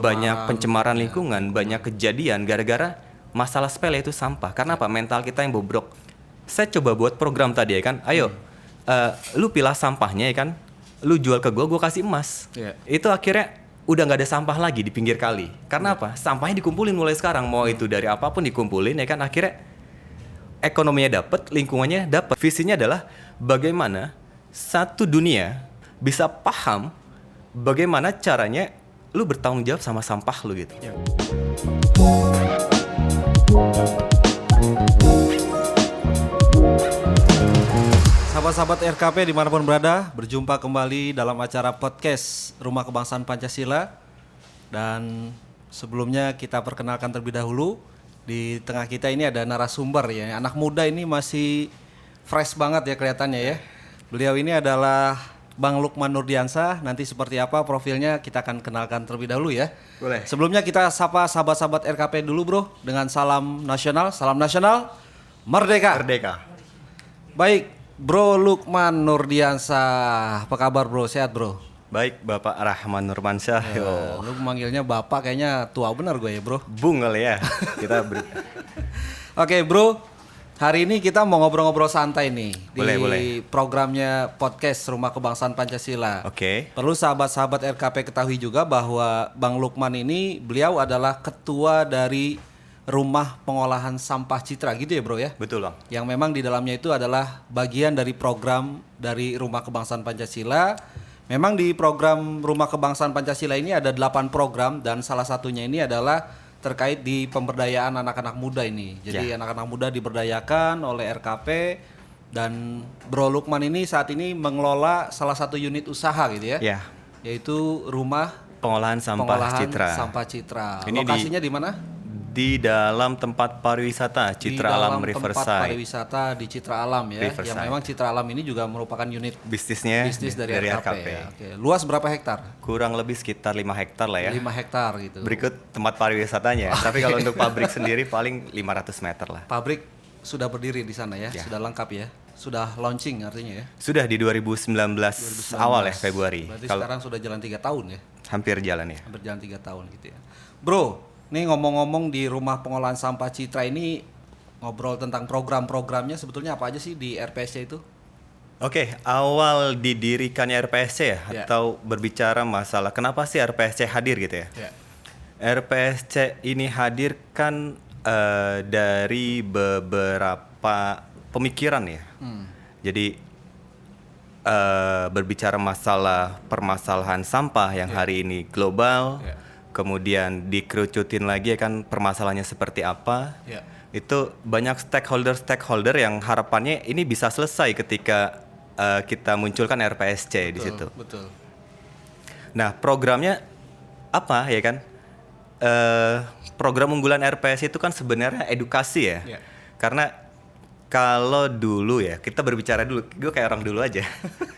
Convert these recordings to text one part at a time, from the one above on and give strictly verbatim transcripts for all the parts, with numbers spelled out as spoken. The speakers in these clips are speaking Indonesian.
banyak pencemaran ya, lingkungan, lingkungan. banyak kejadian gara-gara masalah sepele itu sampah. Karena apa? Mental kita yang bobrok. Saya coba buat program tadi ya kan. Ayo, hmm. uh, lu pilah sampahnya ya kan. Lu jual ke gua, gua kasih emas. Yeah. Itu akhirnya udah nggak ada sampah lagi di pinggir kali. Karena yeah. apa? Sampahnya dikumpulin mulai sekarang. Mau itu dari apapun dikumpulin ya kan. Akhirnya ekonominya dapat, lingkungannya dapat. Visinya adalah bagaimana satu dunia bisa paham bagaimana caranya lu bertanggung jawab sama sampah lu gitu. Yeah. Sahabat-sahabat R K P dimanapun berada, berjumpa kembali dalam acara podcast Rumah Kebangsaan Pancasila. Dan sebelumnya kita perkenalkan terlebih dahulu, di tengah kita ini ada narasumber ya, anak muda ini masih fresh banget ya kelihatannya ya. Beliau ini adalah Bang Lukman Nurdiansah. Nanti seperti apa profilnya kita akan kenalkan terlebih dahulu ya. Boleh. Sebelumnya kita sapa sahabat-sahabat R K P dulu bro, dengan salam nasional, salam nasional, merdeka. Merdeka. Baik. Bro Lukman Nurdiansah, apa kabar bro? Sehat bro? Baik Bapak Rahman Nurmansyah. Ya, lu manggilnya Bapak kayaknya tua benar gue ya bro. Bungel ya. Kita ber... Oke bro, hari ini kita mau ngobrol-ngobrol santai nih. Boleh, di boleh. Programnya podcast Rumah Kebangsaan Pancasila. Oke. Perlu sahabat-sahabat R K P ketahui juga bahwa Bang Lukman ini, beliau adalah ketua dari Rumah Pengolahan Sampah Citra gitu ya bro ya? Betul bang. Yang memang di dalamnya itu adalah bagian dari program dari Rumah Kebangsaan Pancasila. Memang di program Rumah Kebangsaan Pancasila ini ada delapan program dan salah satunya ini adalah terkait di pemberdayaan anak-anak muda ini. Jadi ya. Anak-anak muda diberdayakan oleh R K P dan Bro Lukman ini saat ini mengelola salah satu unit usaha gitu ya? Ya. Yaitu Rumah Pengolahan Sampah Pengolahan Citra. Sampah Citra. Ini Lokasinya di mana? Di dalam tempat pariwisata Citra Alam Riverside. Di dalam tempat pariwisata di Citra Alam ya, Riverside. Yang memang Citra Alam ini juga merupakan unit bisnisnya bisnis dari, dari R K P. R K P. Ya. Oke. Luas berapa hektar? Kurang lebih sekitar lima hektar lah ya. lima hektar gitu. Berikut tempat pariwisatanya. Oh, Tapi kalau untuk pabrik sendiri paling lima ratus meter lah. Pabrik sudah berdiri di sana ya, ya. Sudah lengkap ya. Sudah launching artinya ya. Sudah di dua ribu sembilan belas, dua ribu sembilan belas awal ya Februari. Berarti Kalo... sekarang sudah jalan tiga tahun ya. Hampir jalan ya. Hampir jalan tiga tahun gitu ya. Bro, nih ngomong-ngomong di Rumah Pengolahan Sampah Citra ini, ngobrol tentang program-programnya sebetulnya apa aja sih di R P S C itu? Oke, awal didirikannya R P S C ya, yeah. atau berbicara masalah kenapa sih R P S C hadir gitu ya? Yeah. R P S C ini hadir kan uh, dari beberapa pemikiran ya. Hmm. Jadi uh, berbicara masalah permasalahan sampah yang yeah. hari ini global. Yeah. Kemudian dikerucutin lagi ya kan permasalahannya seperti apa. Ya. Itu banyak stakeholder-stakeholder yang harapannya ini bisa selesai ketika uh, kita munculkan R P S C betul, di situ. Betul. Nah, programnya apa ya kan? Uh, program unggulan R P S C itu kan sebenarnya edukasi ya. Ya. Karena kalau dulu ya, kita berbicara dulu, gue kayak orang dulu aja.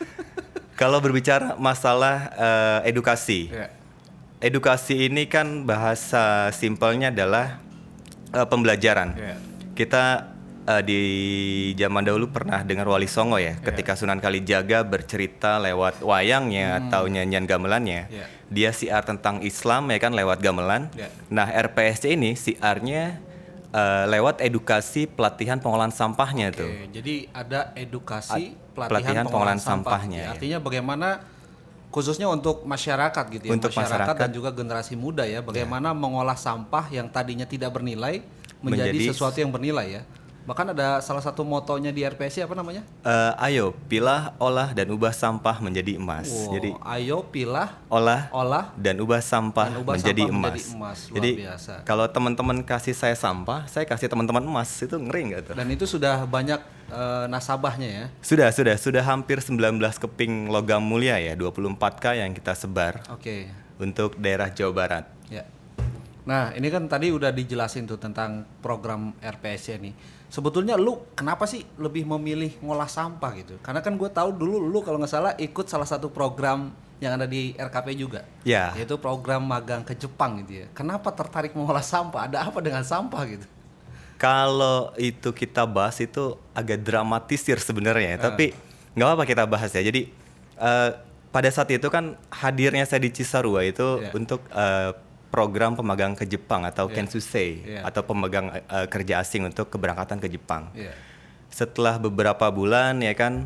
Kalau berbicara masalah uh, edukasi. Ya. Edukasi ini kan bahasa simpelnya adalah uh, pembelajaran. Yeah. Kita uh, di zaman dahulu pernah dengar Wali Songo ya, yeah. ketika Sunan Kalijaga bercerita lewat wayangnya hmm. atau nyanyian gamelannya. Yeah. Dia siar tentang Islam ya kan lewat gamelan. Yeah. Nah, R P S C ini siarnya uh, lewat edukasi pelatihan pengolahan sampahnya okay. tuh. Jadi ada edukasi A- pelatihan, pelatihan pengolahan, pengolahan sampahnya. sampahnya. Artinya bagaimana khususnya untuk masyarakat gitu ya, untuk masyarakat, masyarakat dan juga generasi muda ya, bagaimana ya. mengolah sampah yang tadinya tidak bernilai menjadi, menjadi sesuatu yang bernilai ya. Bahkan ada salah satu motonya di R P S C apa namanya? Uh, ayo pilah, olah dan ubah sampah menjadi emas. Wow, jadi ayo pilah, olah, olah dan ubah sampah, dan ubah menjadi, sampah emas. menjadi emas. Luar jadi biasa. Kalau teman-teman kasih saya sampah, saya kasih teman-teman emas, itu ngeri nggak tuh? Dan itu sudah banyak uh, nasabahnya ya? Sudah, sudah, sudah hampir sembilan belas keping logam mulia ya, dua puluh empat K yang kita sebar. Oke. Okay. Untuk daerah Jawa Barat. Ya. Nah, ini kan tadi udah dijelasin tuh tentang program R P S C ini. Sebetulnya lu kenapa sih lebih memilih ngolah sampah gitu? Karena kan gue tahu dulu lu kalau nggak salah ikut salah satu program yang ada di R K P juga. Ya. Yaitu program magang ke Jepang gitu ya. Kenapa tertarik mengolah sampah? Ada apa dengan sampah gitu? Kalau itu kita bahas itu agak dramatisir sebenarnya, uh. tapi nggak apa-apa kita bahas ya. Jadi uh, pada saat itu kan hadirnya saya di Cisarua itu yeah. untuk uh, program pemagang ke Jepang atau Yeah. Kensusei Yeah. atau pemegang uh, kerja asing untuk keberangkatan ke Jepang. Yeah. Setelah beberapa bulan ya kan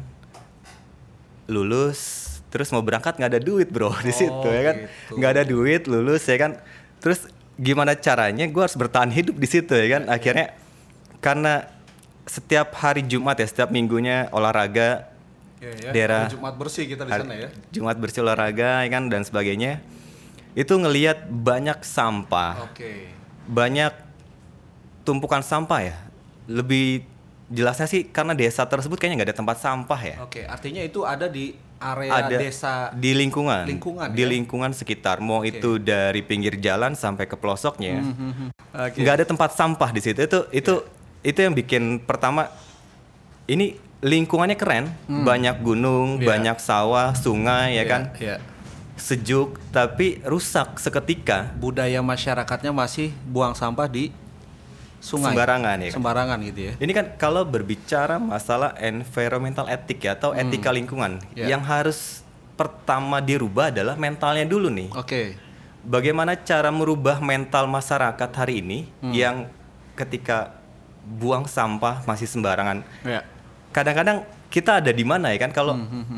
lulus, terus mau berangkat nggak ada duit bro di situ ya kan, gitu. nggak ada duit, lulus ya kan, terus gimana caranya gue harus bertahan hidup di situ ya kan, akhirnya karena setiap hari Jumat ya, setiap minggunya olahraga. Yeah, yeah. Daerah Hari Jumat bersih kita di hari- sana ya. Jumat bersih olahraga ya kan dan sebagainya. Itu ngelihat banyak sampah, Oke. banyak tumpukan sampah ya. Lebih jelasnya sih karena desa tersebut kayaknya nggak ada tempat sampah ya. Oke, artinya itu ada di area Ada desa. di lingkungan, lingkungan, di ya? lingkungan sekitar. Mau Oke. itu dari pinggir jalan sampai ke pelosoknya, Oke. nggak ada tempat sampah di situ. Itu itu itu yang bikin pertama ini lingkungannya keren, banyak gunung, Iya. banyak sawah, sungai ya Iya, kan. iya. Sejuk tapi rusak seketika. Budaya masyarakatnya masih buang sampah di sungai. Sembarangan ya kan? Sembarangan gitu ya. Ini kan kalau berbicara masalah environmental etik ya atau etika lingkungan, Ya. yang harus pertama dirubah adalah mentalnya dulu nih. Oke. Bagaimana cara merubah mental masyarakat hari ini yang ketika buang sampah masih sembarangan. Ya. Kadang-kadang kita ada di mana ya kan kalau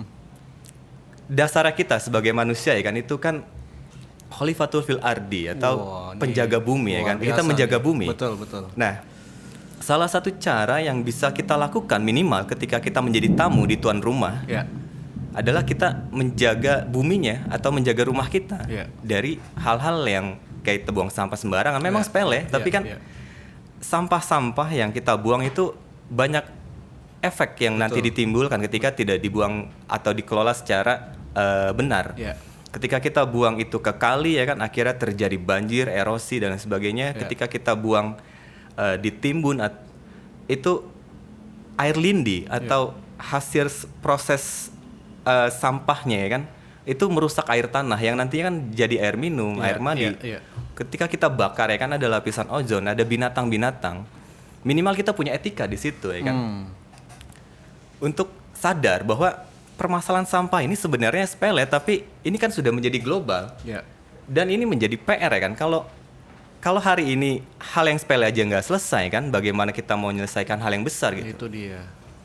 dasar kita sebagai manusia ya kan itu kan khalifatul fil ardi atau Wah, ini penjaga bumi ya luar kan. Kita biasa menjaga nih. bumi. Betul, betul. Nah, salah satu cara yang bisa kita lakukan minimal ketika kita menjadi tamu di tuan rumah Ya. adalah kita menjaga buminya atau menjaga rumah kita Ya. dari hal-hal yang kayak buang sampah sembarangan. Memang Ya. sepele, Ya, tapi kan ya. sampah-sampah yang kita buang itu banyak efek yang nanti Betul. ditimbulkan ketika tidak dibuang atau dikelola secara eh, benar. Ya. Ketika kita buang itu ke kali ya kan akhirnya terjadi banjir, erosi dan sebagainya. Ya. Ketika kita buang eh, di timbun at- itu air lindi atau hasil s- proses eh, sampahnya ya kan itu merusak air tanah yang nantinya kan jadi air minum, Ya, air mandi. ya, ya. Ketika kita bakar ya kan ada lapisan ozon, ada binatang-binatang. Minimal kita punya etika di situ ya kan. Hmm. Untuk sadar bahwa permasalahan sampah ini sebenarnya sepele tapi ini kan sudah menjadi global. Ya. Dan ini menjadi P R ya kan. Kalau kalau hari ini hal yang sepele aja nggak selesai kan, bagaimana kita mau menyelesaikan hal yang besar gitu. Itu dia.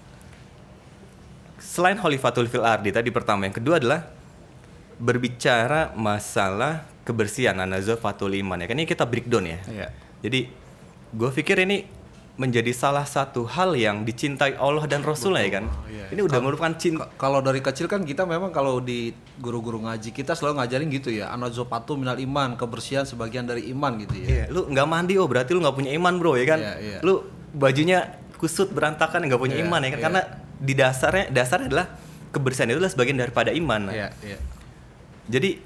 Selain khalifatul fil ardi tadi pertama, yang kedua adalah berbicara masalah kebersihan anazafatul iman ya kan. Ini kita breakdown ya. Ya. Jadi gue pikir ini menjadi salah satu hal yang dicintai Allah dan Rasul ya kan. iya. Ini udah merupakan cinta. Ka- Kalau dari kecil kan kita memang kalau di guru-guru ngaji kita selalu ngajarin gitu ya, anazofatu minal iman, kebersihan sebagian dari iman gitu ya. Iya, lu nggak mandi oh berarti lu nggak punya iman bro ya kan. Iya, iya. Lu bajunya kusut berantakan nggak punya Iya, iman ya kan iya. karena di dasarnya dasarnya adalah kebersihan itu adalah sebagian daripada iman. Iya, iya. Jadi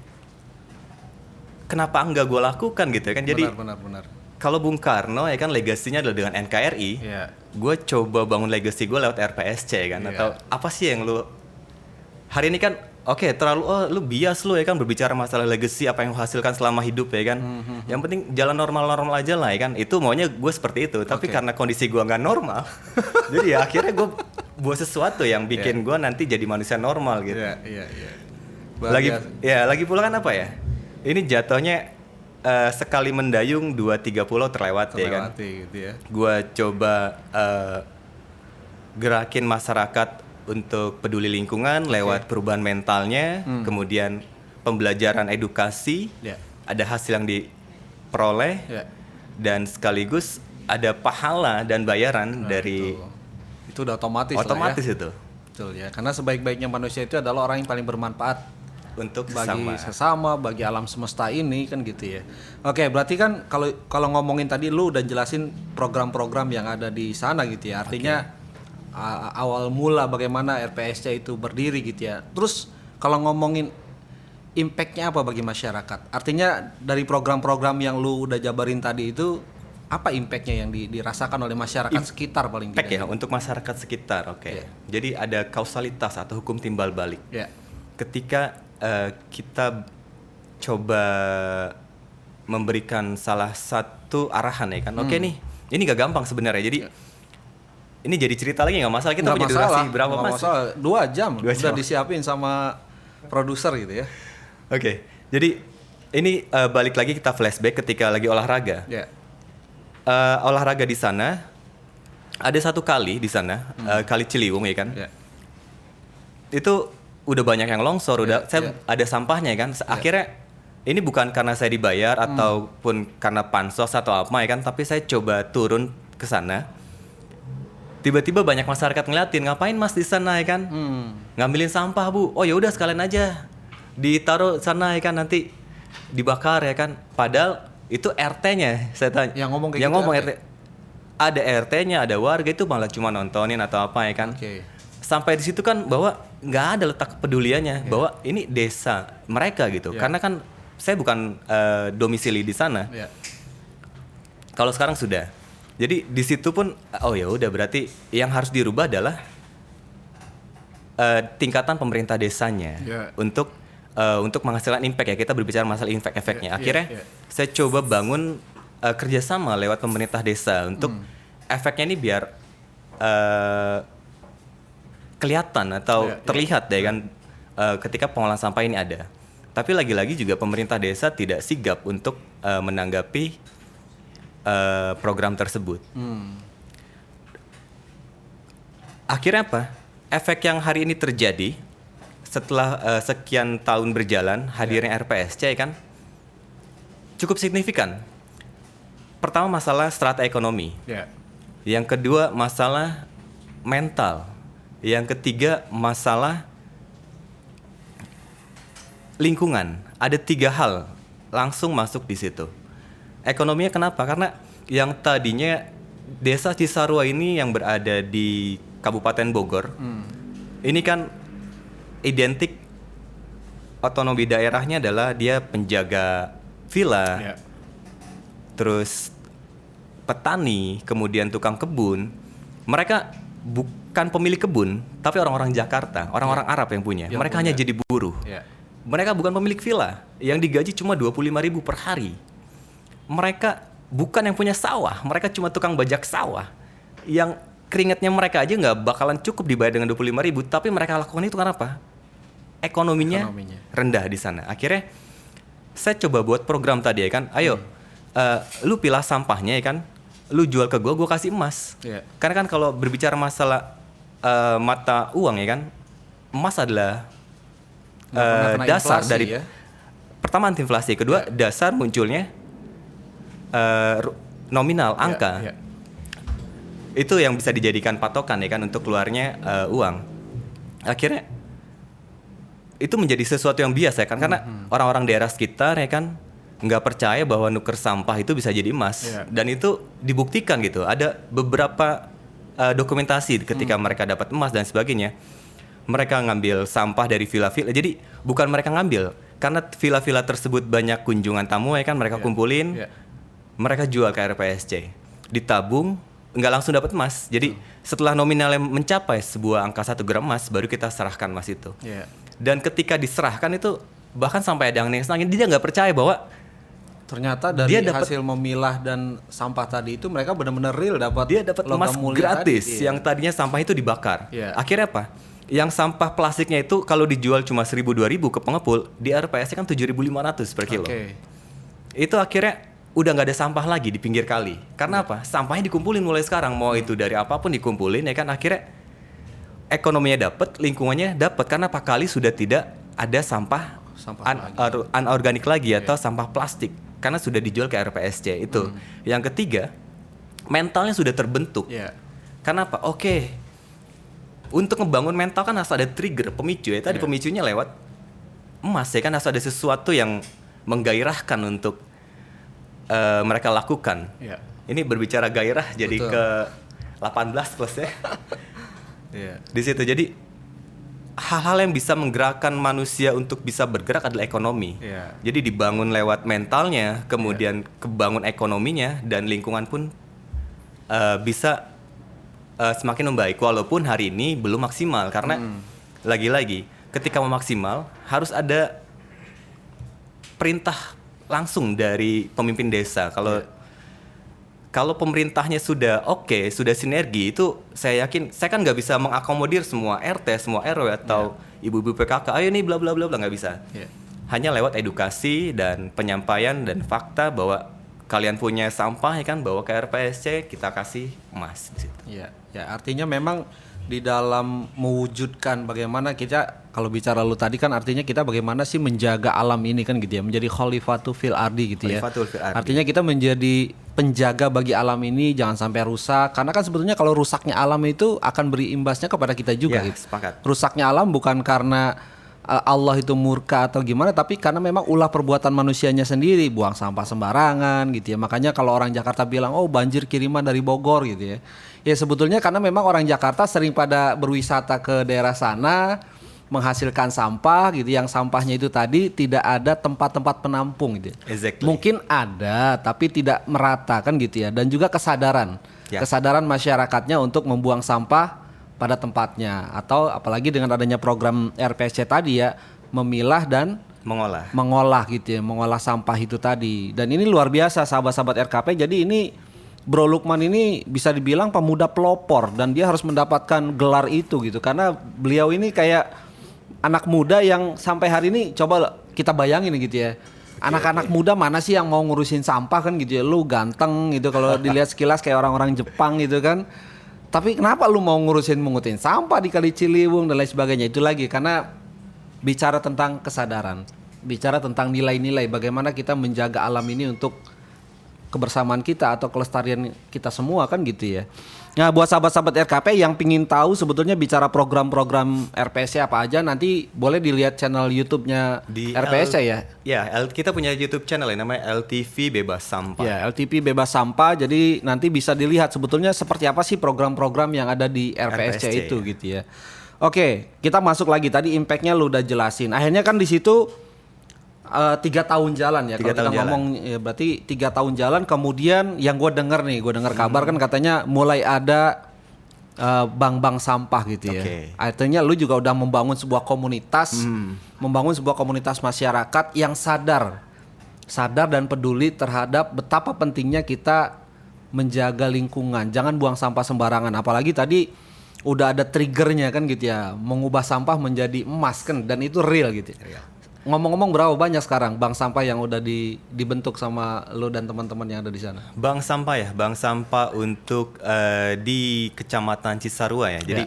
kenapa enggak gue lakukan gitu ya kan. Jadi benar, benar, benar. kalau Bung Karno ya kan legasinya adalah dengan N K R I. Iya. Gue coba bangun legasi gue lewat R P S C kan. Iya. Atau apa sih yang lu hari ini kan oke terlalu oh lu bias lu ya kan berbicara masalah legasi apa yang lu hasilkan selama hidup ya kan. Hmm, Yang penting jalan normal-normal aja lah ya kan. Itu maunya gue seperti itu. Tapi Oke. karena kondisi gue nggak normal, jadi ya akhirnya gue buat sesuatu yang bikin gue nanti jadi manusia normal gitu. Iya, iya, iya. Lagi Bahagia. ya lagi pula kan apa ya? Ini jatuhnya eh, sekali mendayung dua tiga pulau terlewat ya kan. terlewati gitu ya. Gua coba eh, gerakin masyarakat untuk peduli lingkungan lewat perubahan mentalnya, kemudian pembelajaran edukasi, Ya. ada hasil yang diperoleh Ya. dan sekaligus ada pahala dan bayaran Nah, dari itu. Itu udah otomatis, otomatis lah ya. itu Betul ya. Karena sebaik-baiknya manusia itu adalah orang yang paling bermanfaat untuk bagi sesama. sesama, bagi alam semesta ini kan gitu ya. Oke, berarti kan kalau kalau ngomongin tadi lu udah jelasin program-program yang ada di sana gitu ya. Artinya a- awal mula bagaimana R P S C itu berdiri gitu ya. Terus kalau ngomongin impact-nya apa bagi masyarakat? Artinya dari program-program yang lu udah jabarin tadi itu apa impact-nya yang di- dirasakan oleh masyarakat sekitar paling Impact ya tidak? untuk masyarakat sekitar, oke. Iya. Jadi ada kausalitas atau hukum timbal balik. Ya. Ketika eh, kita coba memberikan salah satu arahan ya kan, oke Hmm. nih, ini gak gampang sebenarnya. Jadi ini jadi cerita lagi nggak masalah. Kita Nggak punya masalah, durasi berapa nggak mas? masalah. Dua jam, Dua udah jam. disiapin sama produser gitu ya. Oke, jadi ini uh, balik lagi kita flashback ketika lagi olahraga. Yeah. Uh, olahraga di sana ada satu kali di sana, hmm. uh, kali Ciliwung ya kan. Yeah. Itu udah banyak yang longsor, yeah, udah saya yeah. ada sampahnya kan. Akhirnya yeah. ini bukan karena saya dibayar hmm. ataupun karena pansos atau apa ya kan, tapi saya coba turun ke sana. Tiba-tiba banyak masyarakat ngeliatin, ngapain Mas di sana ya kan? Hmm. Ngambilin sampah, Bu. Oh ya udah sekalian aja ditaruh sana ya kan, nanti dibakar ya kan. Padahal itu R T-nya saya tanya. Yang ngomong kayak yang gitu ngomong R T. R T. Ada R T-nya, ada warga, itu malah cuma nontonin atau apa ya kan. Okay. Sampai di situ kan bahwa nggak ada letak kepeduliannya, yeah. bahwa ini desa mereka gitu. Yeah. Karena kan saya bukan uh, domisili di sana. Yeah. Kalau sekarang sudah. Jadi di situ pun oh ya udah, berarti yang harus dirubah adalah uh, tingkatan pemerintah desanya yeah. untuk uh, untuk menghasilkan impact ya. Kita berbicara masalah impact efeknya. Akhirnya yeah, yeah. saya coba bangun uh, kerjasama lewat pemerintah desa untuk hmm. efeknya ini biar uh, kelihatan atau yeah, terlihat yeah. ya kan uh, ketika pengolahan sampah ini ada. Tapi lagi-lagi juga pemerintah desa tidak sigap untuk uh, menanggapi uh, program tersebut. Hmm. Akhirnya apa? Efek yang hari ini terjadi setelah uh, sekian tahun berjalan hadirnya yeah. R P S C kan cukup signifikan. Pertama masalah strata ekonomi. Yeah. Yang kedua masalah mental. Yang ketiga masalah lingkungan. Ada tiga hal langsung masuk di situ. Ekonominya kenapa? Karena yang tadinya desa Cisarua ini yang berada di Kabupaten Bogor, hmm. ini kan identik otonomi daerahnya adalah dia penjaga villa, yeah. terus petani, kemudian tukang kebun. Mereka bukan pemilik kebun, tapi orang-orang Jakarta, orang-orang yeah. Arab yang punya. Yang Mereka punya. hanya jadi buruh. Yeah. Mereka bukan pemilik villa, yang digaji cuma dua puluh lima ribu per hari. Mereka bukan yang punya sawah, mereka cuma tukang bajak sawah. Yang keringatnya mereka aja nggak bakalan cukup dibayar dengan dua puluh lima ribu, tapi mereka lakukan itu karena apa? Ekonominya, Ekonominya rendah di sana. Akhirnya saya coba buat program tadi ya kan, ayo hmm. uh, lu pilah sampahnya ya kan, lu jual ke gua, gua kasih emas. Yeah. Karena kan kalau berbicara masalah uh, mata uang ya kan, emas adalah uh, dasar inflasi, dari ya? Pertama anti inflasi, kedua yeah. dasar munculnya uh, nominal yeah, angka. Yeah. Itu yang bisa dijadikan patokan ya kan untuk keluarnya uh, uang. Akhirnya itu menjadi sesuatu yang biasa ya kan, karena mm-hmm. orang-orang daerah sekitar ya kan nggak percaya bahwa nuker sampah itu bisa jadi emas, yeah. dan itu dibuktikan gitu. Ada beberapa uh, dokumentasi ketika mm. mereka dapat emas dan sebagainya. Mereka ngambil sampah dari villa-villa. Jadi bukan mereka ngambil, karena villa-villa tersebut banyak kunjungan tamu ya kan, mereka yeah. kumpulin, yeah. mereka jual ke R P S C, ditabung, nggak langsung dapat emas. Jadi mm. setelah nominalnya mencapai sebuah angka satu gram emas, baru kita serahkan emas itu. Yeah. Dan ketika diserahkan itu bahkan sampai ada yang nangis-nangis, dia nggak percaya bahwa ternyata dari dia dapet, hasil memilah dan sampah tadi itu mereka benar-benar real dapat dia dapat emas gratis tadi, yang tadinya sampah itu dibakar. Yeah. Akhirnya apa? Yang sampah plastiknya itu kalau dijual cuma seribu dua ribu ke pengepul, di R P S kan tujuh ribu lima ratus per kilo. Okay. Itu akhirnya udah nggak ada sampah lagi di pinggir kali. Karena yeah. apa? Sampahnya dikumpulin mulai sekarang, mau itu dari apapun dikumpulin ya kan. Akhirnya ekonominya dapat, lingkungannya dapat, karena apa? Kali sudah tidak ada sampah, sampah un- lagi. anorganik lagi yeah. atau sampah plastik, karena sudah dijual ke R P S C itu. Hmm. Yang ketiga, mentalnya sudah terbentuk. Yeah. Karena apa? Oke, okay. untuk ngebangun mental kan harus ada trigger, pemicu ya. Tadi yeah. pemicunya lewat emas ya kan, harus ada sesuatu yang menggairahkan untuk uh, mereka lakukan. Yeah. Ini berbicara gairah jadi Betul. ke delapan belas plus ya. yeah. Di situ jadi hal-hal yang bisa menggerakkan manusia untuk bisa bergerak adalah ekonomi. Yeah. Jadi dibangun lewat mentalnya, kemudian yeah. kebangun ekonominya, dan lingkungan pun uh, bisa uh, semakin membaik. Walaupun hari ini belum maksimal, karena mm. lagi-lagi ketika mau maksimal harus ada perintah langsung dari pemimpin desa. Kalau yeah. kalau pemerintahnya sudah oke, okay, sudah sinergi, itu saya yakin, saya kan nggak bisa mengakomodir semua R T, semua R W atau yeah. ibu-ibu P K K, ayo nih bla bla bla bla, nggak bisa. Yeah. hanya lewat edukasi dan penyampaian dan fakta bahwa kalian punya sampah ya kan, bawa ke R P S C, kita kasih emas di situ. Ya, ya artinya memang di dalam mewujudkan bagaimana kita, kalau bicara lu tadi kan artinya kita bagaimana sih menjaga alam ini kan gitu ya, menjadi khalifatu fil ardi gitu ya. Khalifatul fil ardi. Artinya kita menjadi penjaga bagi alam ini jangan sampai rusak, karena kan sebetulnya kalau rusaknya alam itu akan beri imbasnya kepada kita juga Ya, gitu. sepakat. Rusaknya alam bukan karena uh, Allah itu murka atau gimana, tapi karena memang ulah perbuatan manusianya sendiri, buang sampah sembarangan gitu ya. Makanya kalau orang Jakarta bilang oh banjir kiriman dari Bogor gitu ya. Ya sebetulnya karena memang orang Jakarta sering pada berwisata ke daerah sana, menghasilkan sampah gitu, yang sampahnya itu tadi tidak ada tempat-tempat penampung gitu. Exactly. Mungkin ada tapi tidak merata kan gitu ya. Dan juga kesadaran, Ya. kesadaran masyarakatnya untuk membuang sampah pada tempatnya, atau apalagi dengan adanya program R P S C tadi ya, memilah dan Mengolah. mengolah gitu ya, mengolah sampah itu tadi. Dan ini luar biasa sahabat-sahabat R K P. Jadi ini Bro Lukman ini bisa dibilang pemuda pelopor dan dia harus mendapatkan gelar itu gitu, karena beliau ini kayak anak muda yang sampai hari ini coba kita bayangin gitu ya. Anak-anak muda mana sih yang mau ngurusin sampah kan gitu ya. Lu ganteng gitu kalau dilihat sekilas kayak orang-orang Jepang gitu kan. Tapi kenapa lu mau ngurusin mengutin sampah di Kali Ciliwung dan lain sebagainya? Itu lagi karena bicara tentang kesadaran, bicara tentang nilai-nilai bagaimana kita menjaga alam ini untuk kebersamaan kita atau kelestarian kita semua kan gitu ya. Nah buat sahabat-sahabat R K P yang pingin tahu sebetulnya bicara program-program R P S C apa aja, nanti boleh dilihat channel YouTube-nya Di R P S C L- ya. Ya, L- kita punya YouTube channel yang namanya L T V Bebas Sampah. Ya, L T P Bebas Sampah. Jadi nanti bisa dilihat sebetulnya seperti apa sih program-program yang ada di R P S C, R P S C itu ya. gitu ya. Oke, kita masuk lagi tadi impact-nya lu udah jelasin. Akhirnya kan di situ uh, tiga tahun jalan ya. Tiga Kalau kita tahun ngomong ya, berarti tiga tahun jalan. Kemudian yang gue denger nih, gue dengar kabar kan katanya mulai ada uh, bank-bank sampah gitu ya. Oke. Artinya lu juga udah membangun sebuah komunitas, membangun sebuah komunitas masyarakat yang sadar, sadar dan peduli terhadap betapa pentingnya kita menjaga lingkungan. Jangan buang sampah sembarangan. Apalagi tadi udah ada triggernya kan gitu ya, mengubah sampah menjadi emas kan, dan itu real gitu. Real. Ngomong-ngomong berapa banyak sekarang bank sampah yang udah di, dibentuk sama lo dan teman-teman yang ada di sana? Bank sampah ya, bank sampah untuk eh, di Kecamatan Cisarua ya. Jadi Ya.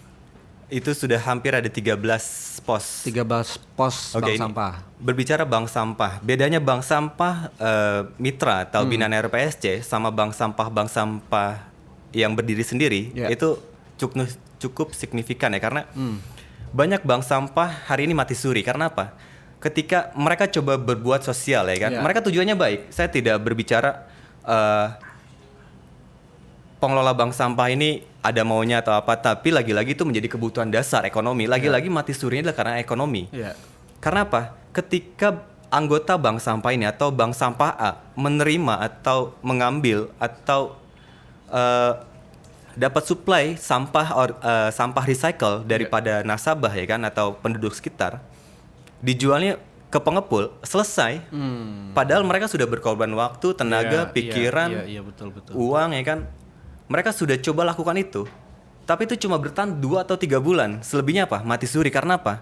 itu sudah hampir ada tiga belas pos. tiga belas pos Oke, bank ini sampah. Berbicara bank sampah, bedanya bank sampah eh, mitra atau binaan R P S C sama bank sampah-bank sampah yang berdiri sendiri Ya. itu cukup cukup signifikan ya, karena banyak bank sampah hari ini mati suri. Karena apa? Ketika mereka coba berbuat sosial ya kan, Ya. mereka tujuannya baik. Saya tidak berbicara eh, pengelola bank sampah ini ada maunya atau apa, tapi lagi-lagi itu menjadi kebutuhan dasar ekonomi. Lagi-lagi mati surinya adalah karena ekonomi. Iya. Karena apa? Ketika anggota bank sampah ini atau bank sampah A menerima atau mengambil atau eh, dapat suplai sampah or, eh, sampah recycle daripada nasabah ya kan, atau penduduk sekitar, dijualnya ke pengepul, selesai. Padahal mereka sudah berkorban waktu, tenaga, Iya, pikiran, iya, iya, betul, betul. uang ya kan. Mereka sudah coba lakukan itu, tapi itu cuma bertahan dua atau tiga bulan. Selebihnya apa? Mati suri. Karena apa?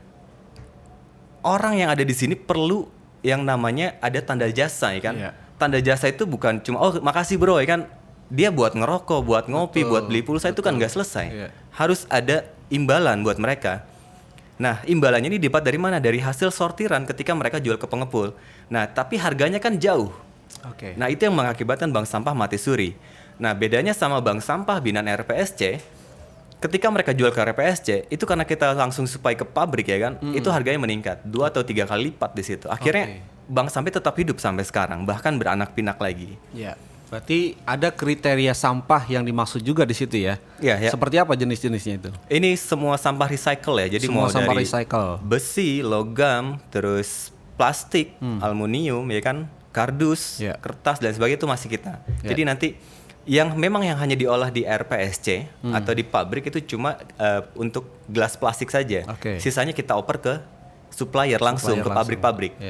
Orang yang ada di sini perlu yang namanya ada tanda jasa ya kan. Iya. Tanda jasa itu bukan cuma oh makasih bro ya kan. Dia buat ngerokok, buat ngopi, Betul, buat beli pulsa itu kan nggak selesai. Iya. Harus ada imbalan buat mereka. Nah, imbalannya ini dapat dari mana? Dari hasil sortiran ketika mereka jual ke pengepul. Nah, tapi harganya kan jauh. Oke. Nah, itu yang mengakibatkan bank sampah mati suri. Nah, bedanya sama bank sampah binaan R P S C, ketika mereka jual ke R P S C, itu karena kita langsung supply ke pabrik ya kan, itu harganya meningkat dua atau tiga kali lipat di situ. Akhirnya Oke. bank sampah tetap hidup sampai sekarang, bahkan beranak pinak lagi. Ya. Berarti ada kriteria sampah yang dimaksud juga di situ ya. Iya, ya. Seperti apa jenis-jenisnya itu? Ini semua sampah recycle ya, jadi Semua mau sampah dari recycle. besi, logam, terus plastik, aluminium ya kan, kardus, Ya. kertas dan sebagainya itu masih kita. Ya. Jadi nanti yang memang yang hanya diolah di R P S C atau di pabrik itu cuma eh, untuk gelas plastik saja. Oke. Sisanya kita oper ke supplier langsung Supplier ke langsung. pabrik-pabrik. Ya.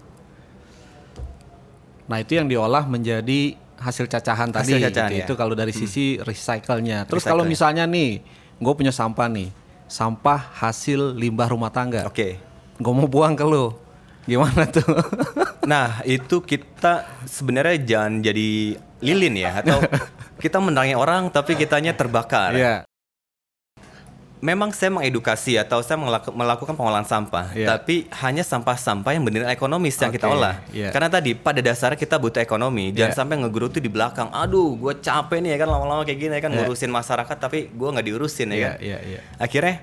Nah itu yang diolah menjadi hasil cacahan Hasil tadi. cacahan, gitu. ya. Itu kalau dari sisi recycle-nya. Terus kalau Recycle-nya. misalnya nih, gue punya sampah nih, sampah hasil limbah rumah tangga. Oke. Gue mau buang ke lu. Gimana tuh? Nah, itu kita sebenarnya jangan jadi lilin ya, atau kita mendatangi orang tapi kitanya terbakar. Iya. Memang saya mengedukasi atau saya melaku- melakukan pengolahan sampah, Yeah. tapi hanya sampah-sampah yang benar ekonomis yang kita Oke, olah. yeah. Karena tadi pada dasarnya kita butuh ekonomi, jangan Yeah. sampai ngegerutu di belakang. Aduh, gue capek nih ya kan lama-lama kayak gini ya kan Yeah. ngurusin masyarakat, tapi gue nggak diurusin ya Iya, kan. iya, iya. Akhirnya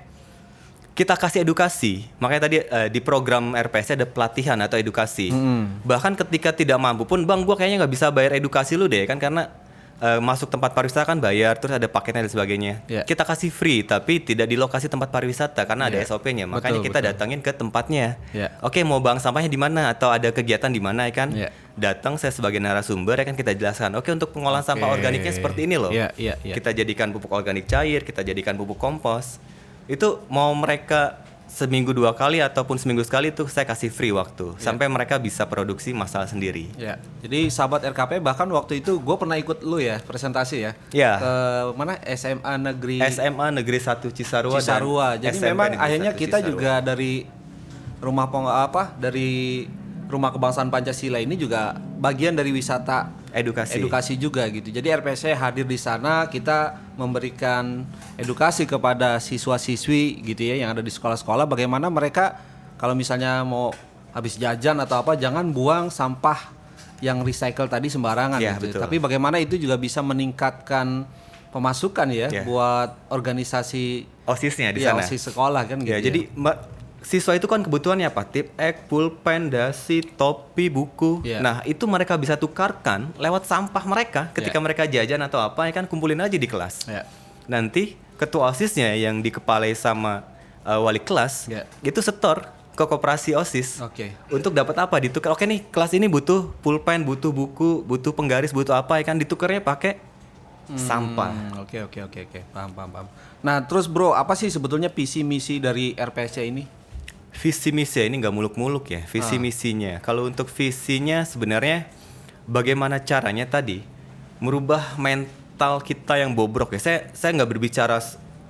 kita kasih edukasi. Makanya tadi eh, di program R P S ada pelatihan atau edukasi. Mm. Bahkan ketika tidak mampu pun, bang, gue kayaknya nggak bisa bayar edukasi lu deh kan, karena Uh, masuk tempat pariwisata kan bayar, terus ada paketnya dan sebagainya. Yeah. Kita kasih free, tapi tidak di lokasi tempat pariwisata karena ada Yeah. S O P-nya. Makanya Betul, kita betul. datangin ke tempatnya. Yeah. Oke, mau bank sampahnya di mana atau ada kegiatan di mana ya kan? Yeah. Datang saya sebagai narasumber ya kan, kita jelaskan. Oke, untuk pengolahan Oke. sampah organiknya seperti ini loh. Yeah, yeah, yeah. Kita jadikan pupuk organik cair, kita jadikan pupuk kompos. Itu mau mereka seminggu dua kali ataupun seminggu sekali tuh saya kasih free waktu sampai mereka bisa produksi masalah sendiri. Ya, jadi sahabat R K P bahkan waktu itu gue pernah ikut lu ya presentasi ya. Ya. Ke mana S M A Negeri S M A Negeri satu Cisarua, Cisarua. dan Jadi S M P memang Negeri akhirnya satu kita Cisarua. juga dari rumah peng apa dari Rumah Kebangsaan Pancasila ini juga bagian dari wisata edukasi. edukasi juga gitu. Jadi R P S hadir di sana, kita memberikan edukasi kepada siswa-siswi gitu ya yang ada di sekolah-sekolah bagaimana mereka kalau misalnya mau habis jajan atau apa jangan buang sampah yang recycle tadi sembarangan Ya, gitu. betul. Tapi bagaimana itu juga bisa meningkatkan pemasukan ya Ya. buat organisasi OSIS-nya di ya, sana. OSIS sekolah kan gitu. Ya, jadi ma- siswa itu kan kebutuhannya apa? Tip ek, pulpen, dasi, topi, buku. Ya. Nah, itu mereka bisa tukarkan lewat sampah mereka ketika Ya. mereka jajan atau apa ya kan, kumpulin aja di kelas. Ya. Nanti ketua OSIS-nya yang dikepalai sama uh, wali kelas Ya. itu setor ke koperasi OSIS. Oke. Untuk dapat apa? Ditukar. Oke nih, kelas ini butuh pulpen, butuh buku, butuh penggaris, butuh apa ya kan, ditukarnya pakai sampah. Hmm, Oke oke oke oke paham paham paham. Nah terus bro apa sih sebetulnya visi misi dari R P S C ini? Visi misi ini nggak muluk-muluk ya, visi Ah. misinya. Kalau untuk visinya sebenarnya bagaimana caranya tadi merubah mental kita yang bobrok ya. Saya saya nggak berbicara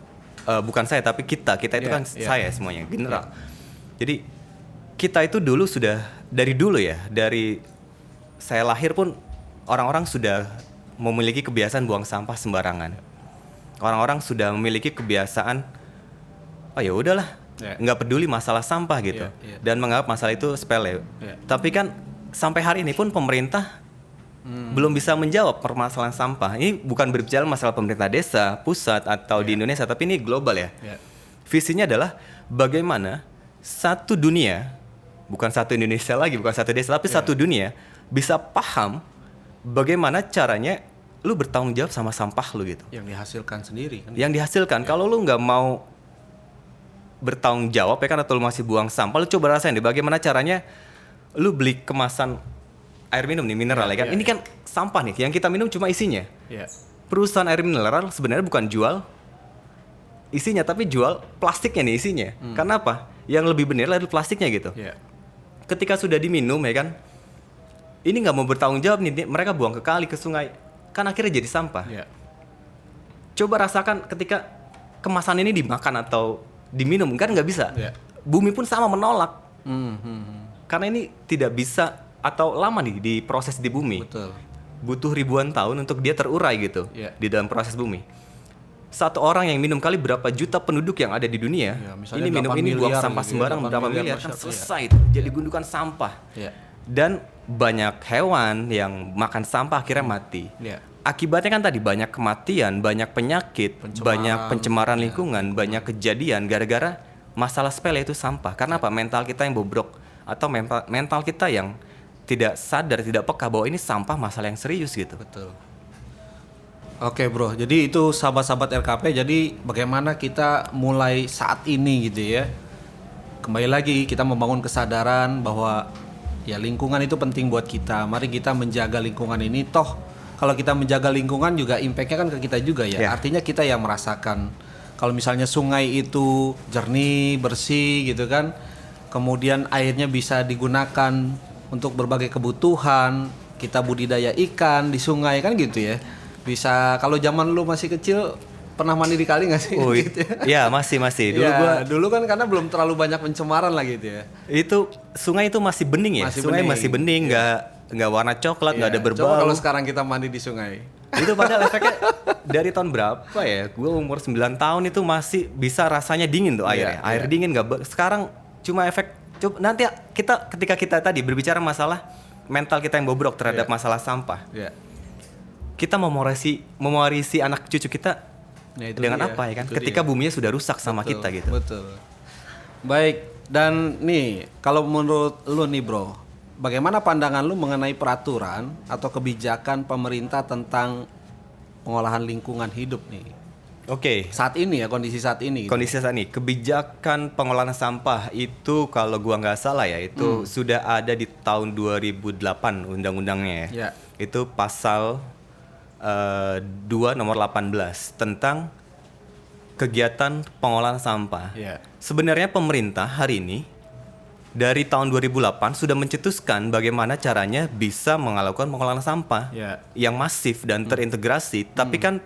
uh, bukan saya tapi kita kita itu Yeah, kan yeah. saya semuanya general. Jadi kita itu dulu sudah dari dulu ya, dari saya lahir pun orang-orang sudah memiliki kebiasaan buang sampah sembarangan. Orang-orang sudah memiliki kebiasaan, oh ya udahlah, Yeah. nggak peduli masalah sampah gitu, Yeah, yeah. dan menganggap masalah itu sepele. Yeah. Tapi kan sampai hari ini pun pemerintah Hmm. belum bisa menjawab permasalahan sampah. Ini bukan berbicara masalah pemerintah desa, pusat atau di Indonesia, tapi ini global ya. Ya. Visinya adalah bagaimana satu dunia, bukan satu Indonesia lagi, bukan satu desa, tapi Yeah. satu dunia bisa paham bagaimana caranya lu bertanggung jawab sama sampah lu gitu. Yang dihasilkan sendiri kan? Yang dihasilkan, kalau lu nggak mau bertanggung jawab ya kan, atau lu masih buang sampah, lu coba rasain deh bagaimana caranya lu beli kemasan air minum nih mineral Ya, ya kan. ya, Ini ya. kan sampah nih, yang kita minum cuma isinya. Ya. Perusahaan air mineral sebenarnya bukan jual isinya, tapi jual plastiknya nih isinya. Hmm. Karena apa? Yang lebih benar adalah plastiknya gitu. Ya. Ketika sudah diminum ya kan, ini nggak mau bertanggung jawab nih, mereka buang ke kali, ke sungai, kan akhirnya jadi sampah. Ya. Coba rasakan ketika kemasan ini dimakan atau diminum, kan nggak bisa. Ya. Bumi pun sama menolak, Hmm, hmm, hmm. karena ini tidak bisa atau lama nih diproses di bumi. Betul. Butuh ribuan tahun untuk dia terurai gitu Ya. di dalam proses bumi. Satu orang yang minum kali berapa juta penduduk yang ada di dunia, Ya, misalnya ini minum delapan ini buang miliar sampah gitu ya, sembarang delapan berapa miliar miliar, kan masyarakat, selesai itu. Jadi gundukan sampah. Ya. Dan banyak hewan yang makan sampah akhirnya mati. Ya. Akibatnya kan tadi banyak kematian, banyak penyakit, Pencemaran. banyak pencemaran lingkungan, banyak kejadian gara-gara masalah sepele itu sampah. Karena apa? Mental kita yang bobrok atau mental mental kita yang tidak sadar, tidak peka bahwa ini sampah masalah yang serius gitu. Betul. Oke bro, jadi itu sahabat-sahabat R K P. Jadi bagaimana kita mulai saat ini gitu ya. Kembali lagi kita membangun kesadaran bahwa ya lingkungan itu penting buat kita. Mari kita menjaga lingkungan ini. Toh kalau kita menjaga lingkungan juga impact-nya kan ke kita juga ya. Ya. Artinya kita yang merasakan. Kalau misalnya sungai itu jernih, bersih gitu kan. Kemudian airnya bisa digunakan untuk berbagai kebutuhan. Kita budidaya ikan di sungai kan gitu ya. Bisa kalau zaman lu masih kecil pernah mandi di kali nggak sih? Oh, gitu ya. ya masih masih. Dulu ya, gua dulu kan karena belum terlalu banyak pencemaran lah gitu ya. Itu sungai itu masih bening ya. Masih sungai bening. masih bening, nggak ya. nggak warna coklat, nggak ya. ada berbau. Coba kalau sekarang kita mandi di sungai. Itu padahal efeknya dari tahun berapa ya? Gue umur sembilan tahun itu masih bisa rasanya dingin tuh airnya. Ya, Air ya. dingin nggak. Sekarang cuma efek. Coba nanti kita ketika kita tadi berbicara masalah mental kita yang bobrok terhadap ya. masalah sampah. Ya. Kita mau mewarisi mewarisi anak cucu kita. Nah, itu dengan dia, apa ya kan? Ketika dia. buminya sudah rusak sama betul, kita gitu. Betul. Baik, dan nih kalau menurut lu nih bro, bagaimana pandangan lu mengenai peraturan atau kebijakan pemerintah tentang pengolahan lingkungan hidup nih? Oke. Okay. Saat ini ya, kondisi saat ini. Gitu. Kondisi saat ini, kebijakan pengolahan sampah itu kalau gua nggak salah ya, itu hmm. sudah ada di tahun dua ribu delapan undang-undangnya ya. Yeah. Itu pasal Uh, dua nomor delapan belas tentang kegiatan pengolahan sampah. Yeah. Sebenarnya pemerintah hari ini dari tahun dua ribu delapan sudah mencetuskan bagaimana caranya bisa melakukan pengolahan sampah yeah. yang masif dan terintegrasi. Hmm. Tapi kan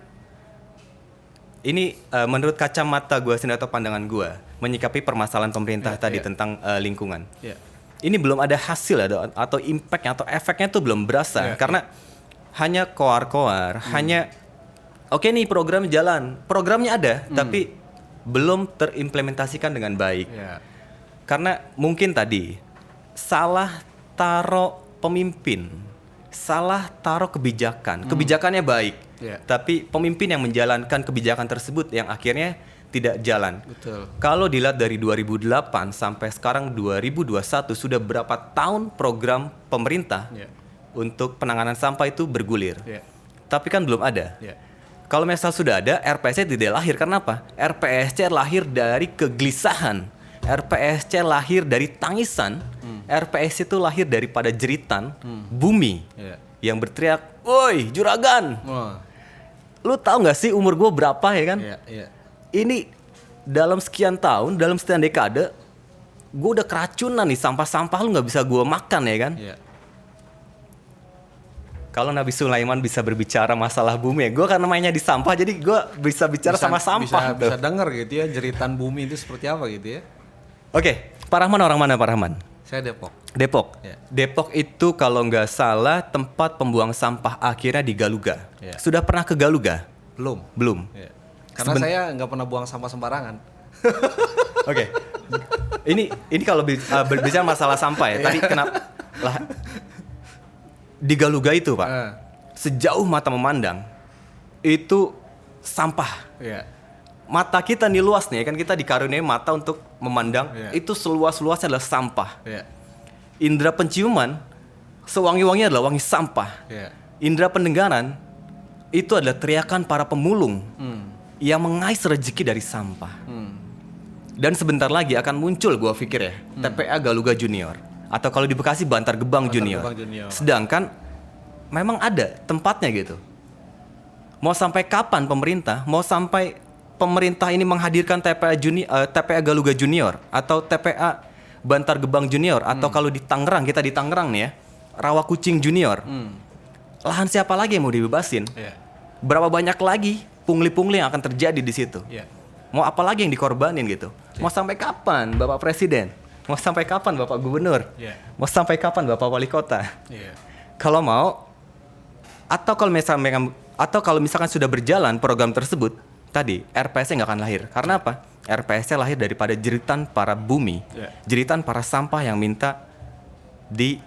ini uh, menurut kacamata gue sendiri atau pandangan gue menyikapi permasalahan pemerintah yeah, tadi yeah. tentang uh, lingkungan. Yeah. Ini belum ada hasil atau, atau impactnya atau efeknya tuh belum berasa yeah, karena yeah. hanya koar-koar, hmm. hanya oke okay nih program jalan, programnya ada, hmm. tapi belum terimplementasikan dengan baik. Yeah. Karena mungkin tadi salah taruh pemimpin, salah taruh kebijakan, hmm. kebijakannya baik, yeah. tapi pemimpin yang menjalankan kebijakan tersebut yang akhirnya tidak jalan. Betul. Kalau dilihat dari dua ribu delapan sampai sekarang dua ribu dua puluh satu sudah berapa tahun program pemerintah? Yeah. Untuk penanganan sampah itu bergulir, yeah. tapi kan belum ada. Yeah. Kalau misal sudah ada, R P S C tidak lahir. Karena apa? R P S C lahir dari kegelisahan, R P S C lahir dari tangisan, hmm. R P S C itu lahir daripada jeritan hmm. bumi yeah. yang berteriak, "Woi, juragan, oh. lu tahu nggak sih umur gue berapa ya kan? Yeah, yeah. Ini dalam sekian tahun, dalam sekian dekade, gue udah keracunan nih sampah-sampah lu nggak bisa gue makan ya kan?" Yeah. Kalau Nabi Sulaiman bisa berbicara masalah bumi ya, gue karena mainnya di sampah jadi gue bisa bicara bisa, sama sampah. Bisa, bisa denger gitu ya jeritan bumi itu seperti apa gitu ya. Oke, Pak Rahman orang mana Pak Rahman? Saya Depok. Depok. Ya. Depok itu kalau nggak salah tempat pembuang sampah akhirnya di Galuga. Ya. Sudah pernah ke Galuga? Belum. Belum. Ya. Karena Seben- saya nggak pernah buang sampah sembarangan. Oke. Ini ini kalau uh, berbicara masalah sampah ya. Tadi kenapa? Lah. Di Galuga itu Pak, uh. sejauh mata memandang itu sampah. Yeah. Mata kita nih luas nih, kan kita dikaruniai mata untuk memandang, yeah. itu seluas-luasnya adalah sampah. Yeah. Indra penciuman, sewangi-wanginya adalah wangi sampah. Yeah. Indra pendengaran, itu adalah teriakan para pemulung mm. yang mengais rezeki dari sampah. Mm. Dan sebentar lagi akan muncul, gua pikir ya, mm. T P A Galuga Junior. Atau kalau di Bekasi Bantar Gebang Bantar Junior. Gebang Junior. Sedangkan memang ada tempatnya gitu. Mau sampai kapan pemerintah? Mau sampai pemerintah ini menghadirkan T P A Juni, uh, T P A Galuga Junior atau T P A Bantar Gebang Junior atau hmm. kalau di Tangerang, kita di Tangerang nih ya, Rawa Kucing Junior. Hmm. Lahan siapa lagi yang mau dibebasin? Yeah. Berapa banyak lagi pungli-pungli yang akan terjadi di situ? Yeah. Mau apa lagi yang dikorbanin gitu? Yeah. Mau sampai kapan Bapak Presiden? Mau sampai kapan Bapak Gubernur? Yeah. Mau sampai kapan Bapak Wali Kota? Yeah. Kalau mau, atau kalau misalkan atau kalau misalkan sudah berjalan program tersebut, tadi R P S C nggak akan lahir. Karena apa? R P S C lahir daripada jeritan para bumi, yeah. jeritan para sampah yang minta di,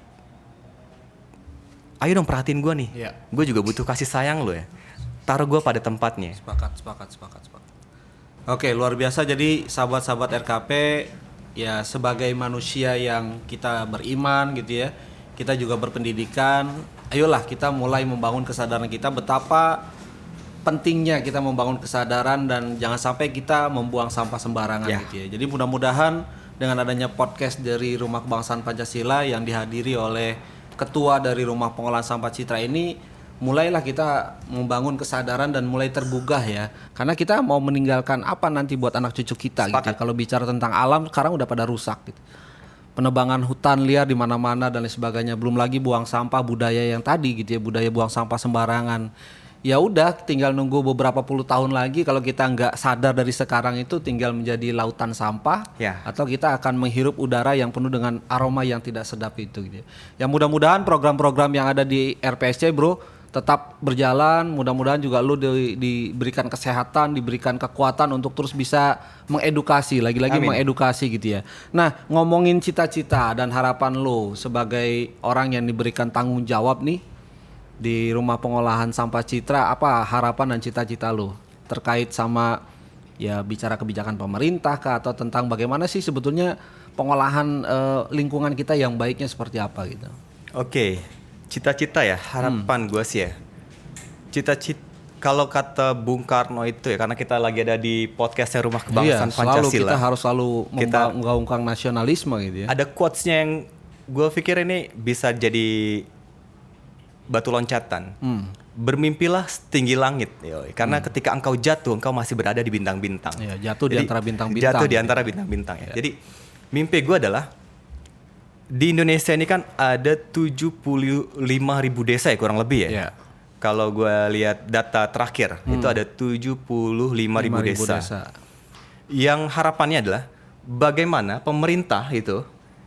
ayo dong perhatiin gue nih, yeah. gue juga butuh kasih sayang lo ya. Taruh gue pada tempatnya. Sepakat, sepakat, sepakat, sepakat. Oke, luar biasa. Jadi sahabat-sahabat R K P. Ya sebagai manusia yang kita beriman gitu ya, kita juga berpendidikan, ayolah kita mulai membangun kesadaran kita betapa pentingnya kita membangun kesadaran dan jangan sampai kita membuang sampah sembarangan ya. Gitu ya. Jadi mudah-mudahan dengan adanya podcast dari Rumah Kebangsaan Pancasila yang dihadiri oleh ketua dari Rumah Pengolahan Sampah Citra ini, mulailah kita membangun kesadaran dan mulai tergugah ya. Karena kita mau meninggalkan apa nanti buat anak cucu kita gitu. Ya. Kalau bicara tentang alam sekarang udah pada rusak gitu. Penebangan hutan liar di mana-mana dan lain sebagainya. Belum lagi buang sampah budaya yang tadi gitu ya, budaya buang sampah sembarangan ya udah tinggal nunggu beberapa puluh tahun lagi kalau kita nggak sadar dari sekarang itu tinggal menjadi lautan sampah Ya. atau kita akan menghirup udara yang penuh dengan aroma yang tidak sedap itu gitu. Ya mudah-mudahan program-program yang ada di R P S C bro tetap berjalan, mudah-mudahan juga lu di, diberikan kesehatan, diberikan kekuatan untuk terus bisa mengedukasi, lagi-lagi Amin. mengedukasi gitu ya. Nah, ngomongin cita-cita dan harapan lu sebagai orang yang diberikan tanggung jawab nih di rumah pengolahan sampah Citra, apa harapan dan cita-cita lu terkait sama ya bicara kebijakan pemerintah kah atau tentang bagaimana sih sebetulnya pengolahan eh, lingkungan kita yang baiknya seperti apa gitu. Oke, cita-cita ya, harapan gue sih ya. Cita-cita kalau kata Bung Karno itu ya, karena kita lagi ada di podcastnya Rumah Kebangsaan Iya, selalu Pancasila. kita harus selalu Kita- menggaungkan nasionalisme gitu ya. Ada quotes-nya yang gue pikir ini bisa jadi batu loncatan. Hmm. Bermimpilah setinggi langit, yoi. Karena ketika engkau jatuh, engkau masih berada di bintang-bintang. Iya, jatuh di Jadi, antara bintang-bintang. Jatuh di gitu. antara bintang-bintang ya. Jadi mimpi gue adalah di Indonesia ini kan ada tujuh puluh lima ribu desa ya kurang lebih ya. Iya. Kalau gue lihat data terakhir itu ada tujuh puluh lima ribu lima ribu desa. desa. Yang harapannya adalah bagaimana pemerintah itu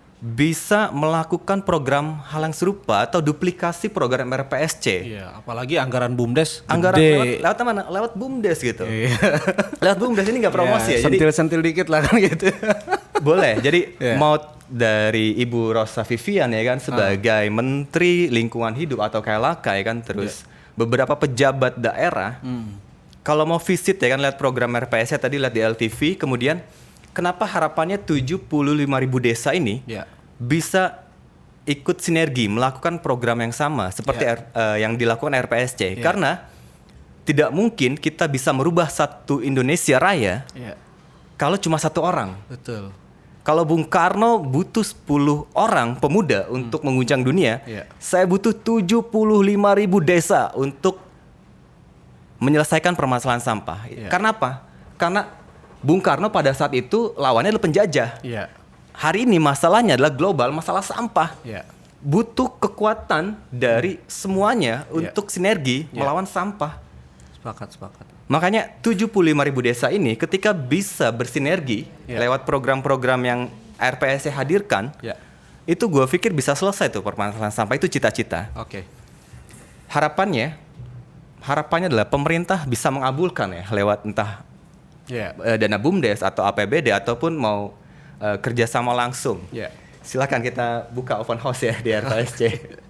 bisa melakukan program hal yang serupa atau duplikasi program R P S C. Iya, apalagi anggaran BUMDes Anggaran gede. lewat, lewat mana? Lewat BUMDes gitu. Iya. Lewat BUMDes ini nggak promosi ya. Jadi sentil-sentil dikit lah kan gitu. boleh. Jadi Iya. mau dari Ibu Rosa Vivian ya kan sebagai Menteri Lingkungan Hidup atau K L H K ya kan, terus beberapa pejabat daerah kalau mau visit ya kan lihat program R P S C tadi lihat di L T V, kemudian kenapa harapannya tujuh puluh lima ribu desa ini Iya. bisa ikut sinergi melakukan program yang sama seperti Iya. R- eh, yang dilakukan R P S C Iya. karena tidak mungkin kita bisa merubah satu Indonesia Raya Iya. kalau cuma satu orang. Betul. Kalau Bung Karno butuh sepuluh orang pemuda untuk mengguncang dunia, Iya. saya butuh tujuh puluh lima ribu desa untuk menyelesaikan permasalahan sampah. Iya. Karena apa? Karena Bung Karno pada saat itu lawannya adalah penjajah. Iya. Hari ini masalahnya adalah global, masalah sampah. Iya. Butuh kekuatan dari semuanya Iya. untuk sinergi Iya. melawan sampah. Sepakat, sepakat. Makanya tujuh puluh lima ribu desa ini ketika bisa bersinergi Ya. lewat program-program yang R P S C hadirkan, Ya. itu gue pikir bisa selesai tuh permasalahan sampah, itu cita-cita. Oke. Harapannya, harapannya adalah pemerintah bisa mengabulkan ya lewat entah Iya. eh, dana BUMDes atau A P B D ataupun mau eh, kerjasama langsung. Iya. Silakan kita buka open house ya di R P S C.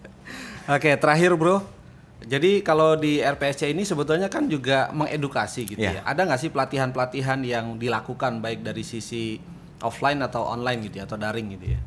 Oke, terakhir bro. Jadi kalau di R P S C ini sebetulnya kan juga mengedukasi gitu Iya. ya. Ada nggak sih pelatihan-pelatihan yang dilakukan baik dari sisi offline atau online gitu ya, atau daring gitu ya?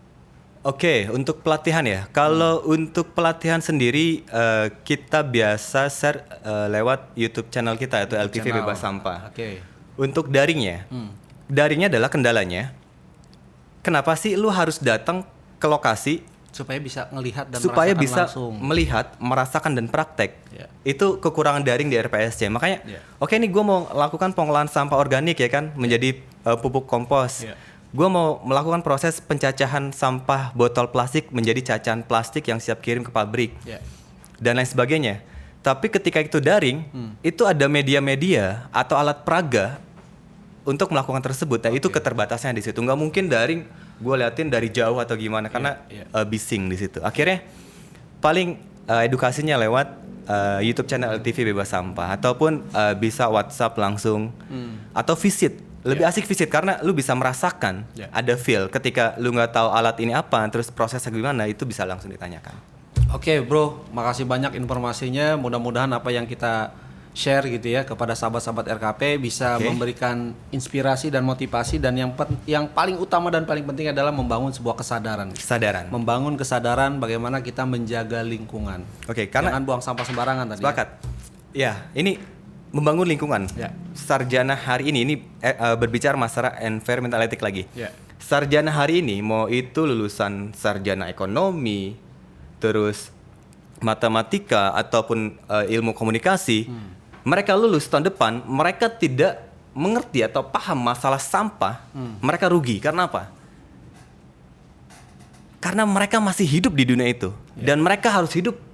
Oke, untuk pelatihan ya. Kalau untuk pelatihan sendiri eh, kita biasa share eh, lewat YouTube channel kita yaitu L T V Channel. Bebas Sampah. Oke. Untuk daringnya, Hmm. daringnya adalah kendalanya. Kenapa sih lu harus datang ke lokasi Supaya bisa ngelihat dan supaya merasakan bisa langsung. melihat, merasakan dan praktek? Ya. Itu kekurangan daring di R P S C. Makanya, Ya. oke nih gue mau lakukan pengolahan sampah organik ya kan, menjadi eh, pupuk kompos. Ya. Gue mau melakukan proses pencacahan sampah botol plastik menjadi cacahan plastik yang siap kirim ke pabrik Ya. dan lain sebagainya. Tapi ketika itu daring, Hmm. itu ada media-media atau alat peraga untuk melakukan tersebut. Nah, itu keterbatasannya di situ. Nggak mungkin daring gue liatin dari jauh atau gimana karena iya. eh, bising di situ. Akhirnya paling eh, edukasinya lewat eh, YouTube channel L T V Bebas Sampah ataupun eh, bisa WhatsApp langsung Hmm. atau visit. Lebih Iya. asik visit karena lu bisa merasakan Iya. ada feel ketika lu nggak tahu alat ini apa, terus prosesnya gimana, itu bisa langsung ditanyakan. Oke bro, makasih banyak informasinya. Mudah-mudahan apa yang kita share gitu ya kepada sahabat-sahabat R K P bisa Oke. memberikan inspirasi dan motivasi, dan yang pen- yang paling utama dan paling penting adalah membangun sebuah kesadaran. Kesadaran. Membangun kesadaran bagaimana kita menjaga lingkungan. Oke, karena Jangan buang sampah sembarangan tadi. sepakat. Ya, ini membangun lingkungan. Ya. Sarjana hari ini ini eh, eh, berbicara masalah environmental ethic lagi. Ya. Sarjana hari ini mau itu lulusan sarjana ekonomi, terus matematika ataupun eh, ilmu komunikasi, mereka lulus tahun depan, mereka tidak mengerti atau paham masalah sampah, mereka rugi. Karena apa? Karena mereka masih hidup di dunia itu dan mereka harus hidup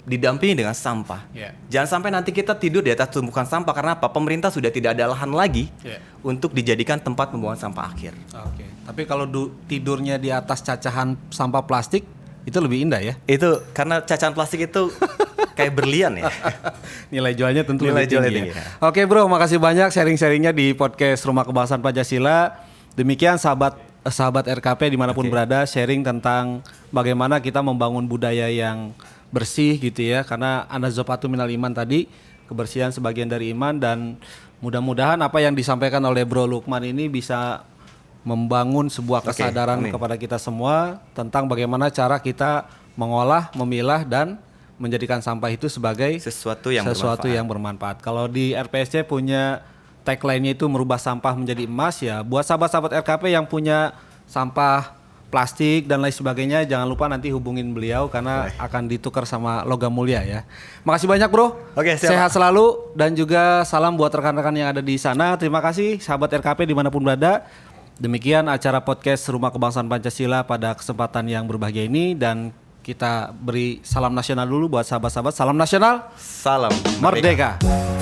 didampingi dengan sampah. Yeah. Jangan sampai nanti kita tidur di atas tumpukan sampah karena apa? Pemerintah sudah tidak ada lahan lagi yeah. untuk dijadikan tempat pembuangan sampah akhir. Oke. Okay. Tapi kalau du- tidurnya di atas cacahan sampah plastik itu lebih indah ya? Itu karena cacahan plastik itu kayak berlian ya. Nilai jualnya tentu Nilai lebih jualnya tinggi. tinggi Ya. Oke bro, makasih banyak sharing-sharingnya di podcast Rumah Kebangsaan Pancasila. Demikian sahabat sahabat R K P dimanapun okay. berada, sharing tentang bagaimana kita membangun budaya yang bersih gitu ya, karena an-nazafatu minal iman tadi, kebersihan sebagian dari iman, dan mudah-mudahan apa yang disampaikan oleh Bro Lukman ini bisa membangun sebuah kesadaran okay, kepada kita semua tentang bagaimana cara kita mengolah, memilah dan menjadikan sampah itu sebagai sesuatu yang sesuatu bermanfaat. yang bermanfaat. Kalau di R P S C punya tagline-nya itu merubah sampah menjadi emas ya. Buat sahabat-sahabat R K P yang punya sampah plastik dan lain sebagainya, jangan lupa nanti hubungin beliau karena Oke. akan ditukar sama logam mulia ya. Makasih banyak bro. Oke, siap. Sehat selalu dan juga salam buat rekan-rekan yang ada di sana. Terima kasih sahabat R K P dimanapun berada. Demikian acara podcast Rumah Kebangsaan Pancasila pada kesempatan yang berbahagia ini, dan kita beri salam nasional dulu buat sahabat-sahabat. Salam nasional. Salam merdeka. merdeka.